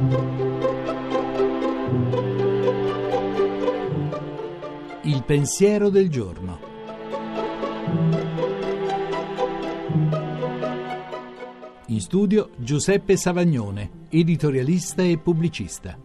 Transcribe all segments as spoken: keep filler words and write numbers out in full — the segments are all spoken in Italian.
Il pensiero del giorno. In studio Giuseppe Savagnone, editorialista e pubblicista.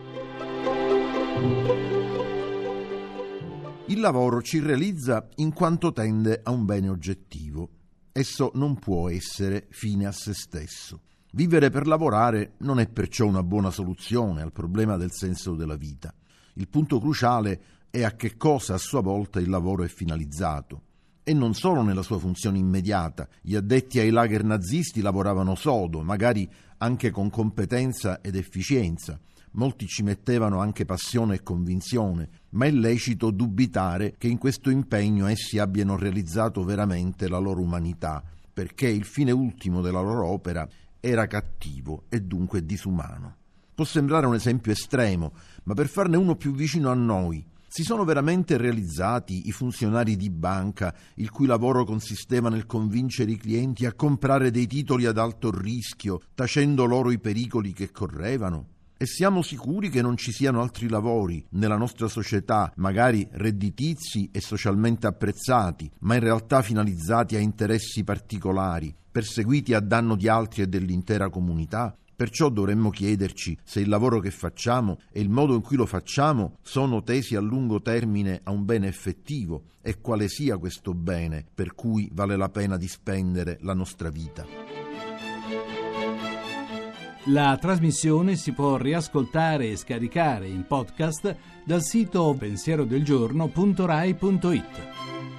Il lavoro ci realizza in quanto tende a un bene oggettivo. Esso non può essere fine a se stesso. Vivere per lavorare non è perciò una buona soluzione al problema del senso della vita. Il punto cruciale è a che cosa a sua volta il lavoro è finalizzato. E non solo nella sua funzione immediata. Gli addetti ai lager nazisti lavoravano sodo, magari anche con competenza ed efficienza. Molti ci mettevano anche passione e convinzione, ma è lecito dubitare che in questo impegno essi abbiano realizzato veramente la loro umanità, perché il fine ultimo della loro opera era cattivo e dunque disumano. Può sembrare un esempio estremo, ma per farne uno più vicino a noi, si sono veramente realizzati i funzionari di banca, il cui lavoro consisteva nel convincere i clienti a comprare dei titoli ad alto rischio, tacendo loro i pericoli che correvano? E siamo sicuri che non ci siano altri lavori nella nostra società, magari redditizi e socialmente apprezzati, ma in realtà finalizzati a interessi particolari, perseguiti a danno di altri e dell'intera comunità? Perciò dovremmo chiederci se il lavoro che facciamo e il modo in cui lo facciamo sono tesi a lungo termine a un bene effettivo e quale sia questo bene per cui vale la pena di spendere la nostra vita. La trasmissione si può riascoltare e scaricare in podcast dal sito pensierodelgiorno punto rai punto it.